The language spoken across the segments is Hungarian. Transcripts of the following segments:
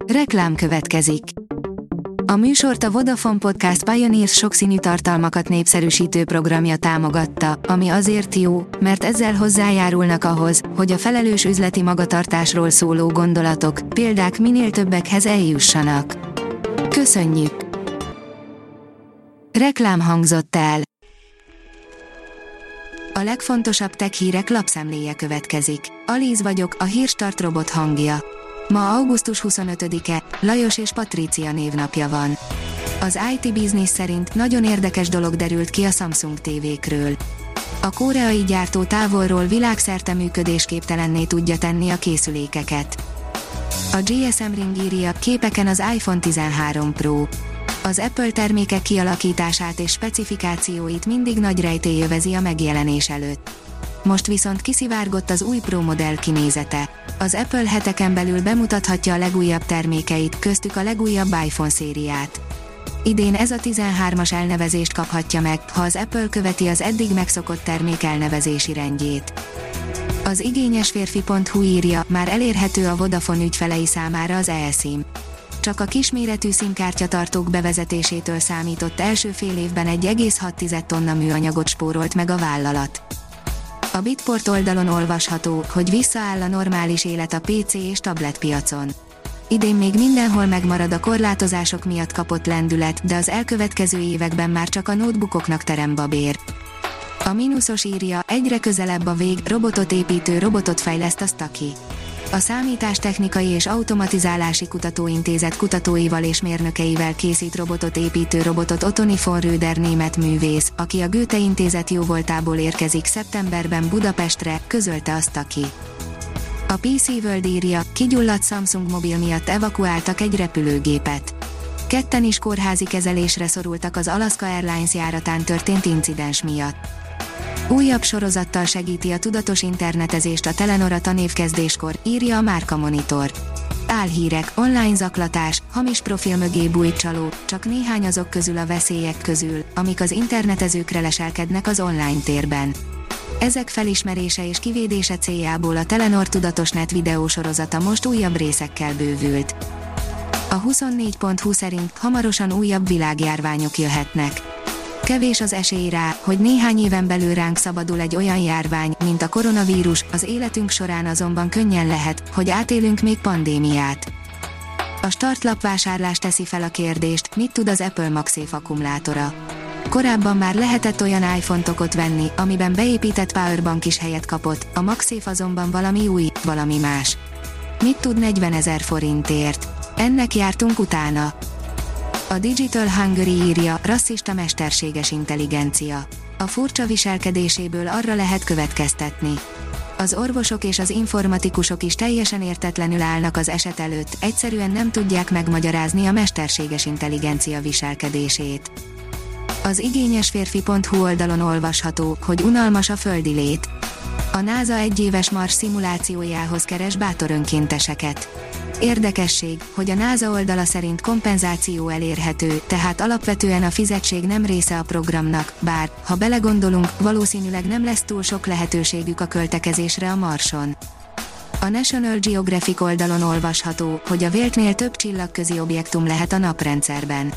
Reklám következik. A műsort a Vodafone Podcast Pioneers sokszínű tartalmakat népszerűsítő programja támogatta, ami azért jó, mert ezzel hozzájárulnak ahhoz, hogy a felelős üzleti magatartásról szóló gondolatok, példák minél többekhez eljussanak. Köszönjük! Reklám hangzott el. A legfontosabb tech hírek lapszemléje következik. Alíz vagyok, a Hírstart robot hangja. Ma augusztus 25-e, Lajos és Patrícia névnapja van. Az IT Business szerint nagyon érdekes dolog derült ki a Samsung TV-kről. A koreai gyártó távolról világszerte működésképtelenné tudja tenni a készülékeket. A GSM Ring írja, képeken az iPhone 13 Pro. Az Apple termékek kialakítását és specifikációit mindig nagy rejtély övezi a megjelenés előtt. Most viszont kiszivárgott az új Pro modell kinézete. Az Apple heteken belül bemutathatja a legújabb termékeit, köztük a legújabb iPhone szériát. Idén ez a 13-as elnevezést kaphatja meg, ha az Apple követi az eddig megszokott termék elnevezési rendjét. Az igényesférfi.hu írja, már elérhető a Vodafone ügyfelei számára az eSIM. Csak a kisméretű SIM-kártyatartók bevezetésétől számított első fél évben 1,6 tonna műanyagot spórolt meg a vállalat. A Bitport oldalon olvasható, hogy visszaáll a normális élet a PC és tablet piacon. Idén még mindenhol megmarad a korlátozások miatt kapott lendület, de az elkövetkező években már csak a notebookoknak terem babér. A mínuszos írja, egyre közelebb a vég, robotot építő robotot fejleszt a Stucky. A Számítástechnikai és Automatizálási Kutatóintézet kutatóival és mérnökeivel készít robotot építő robotot Ottoni von Röder német művész, aki a Goethe Intézet jóvoltából érkezik szeptemberben Budapestre, közölte a Stucky. A PC World írja, kigyulladt Samsung mobil miatt evakuáltak egy repülőgépet. Ketten is kórházi kezelésre szorultak az Alaska Airlines járatán történt incidens miatt. Újabb sorozattal segíti a tudatos internetezést a Telenor a tanévkezdéskor, írja a Márka Monitor. Álhírek, online zaklatás, hamis profil mögé bújt csaló, csak néhány azok közül a veszélyek közül, amik az internetezőkre leselkednek az online térben. Ezek felismerése és kivédése céljából a Telenor Tudatosnet videósorozata most újabb részekkel bővült. A 24.hu szerint hamarosan újabb világjárványok jöhetnek. Kevés az esély rá, hogy néhány éven belül ránk szabadul egy olyan járvány, mint a koronavírus, az életünk során azonban könnyen lehet, hogy átélünk még pandémiát. A startlap vásárlás teszi fel a kérdést, mit tud az Apple MagSafe akkumulátora. Korábban már lehetett olyan iPhone-tokot venni, amiben beépített powerbank is helyet kapott, a MagSafe azonban valami új, valami más. Mit tud 40 000 forintért? Ennek jártunk utána. A Digital Hungary írja, rasszista mesterséges intelligencia. A furcsa viselkedéséből arra lehet következtetni. Az orvosok és az informatikusok is teljesen értetlenül állnak az eset előtt, egyszerűen nem tudják megmagyarázni a mesterséges intelligencia viselkedését. Az igényesférfi.hu oldalon olvasható, hogy unalmas a földi lét. A NASA egyéves Mars szimulációjához keres bátor önkénteseket. Érdekesség, hogy a NASA oldala szerint kompenzáció elérhető, tehát alapvetően a fizetség nem része a programnak, bár, ha belegondolunk, valószínűleg nem lesz túl sok lehetőségük a költekezésre a Marson. A National Geographic oldalon olvasható, hogy a véltnél több csillagközi objektum lehet a naprendszerben.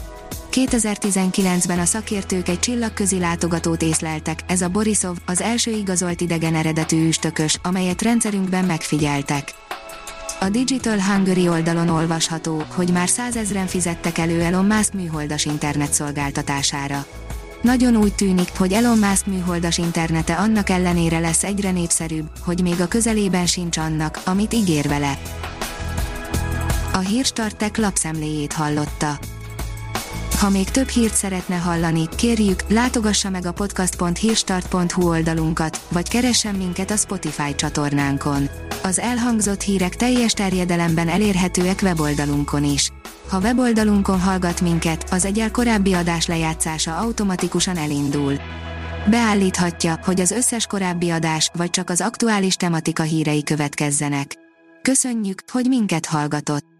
2019-ben a szakértők egy csillagközi látogatót észleltek, ez a Borisov, az első igazolt idegen eredetű üstökös, amelyet rendszerünkben megfigyeltek. A Digital Hungary oldalon olvasható, hogy már 100 000-en fizettek elő Elon Musk műholdas internet szolgáltatására. Nagyon úgy tűnik, hogy Elon Musk műholdas internete annak ellenére lesz egyre népszerűbb, hogy még a közelében sincs annak, amit ígér vele. A Hírstart Tech lapszemléjét hallotta. Ha még több hírt szeretne hallani, kérjük, látogassa meg a podcast.hírstart.hu oldalunkat, vagy keressen minket a Spotify csatornánkon. Az elhangzott hírek teljes terjedelemben elérhetőek weboldalunkon is. Ha weboldalunkon hallgat minket, az egyel korábbi adás lejátszása automatikusan elindul. Beállíthatja, hogy az összes korábbi adás, vagy csak az aktuális tematika hírei következzenek. Köszönjük, hogy minket hallgatott!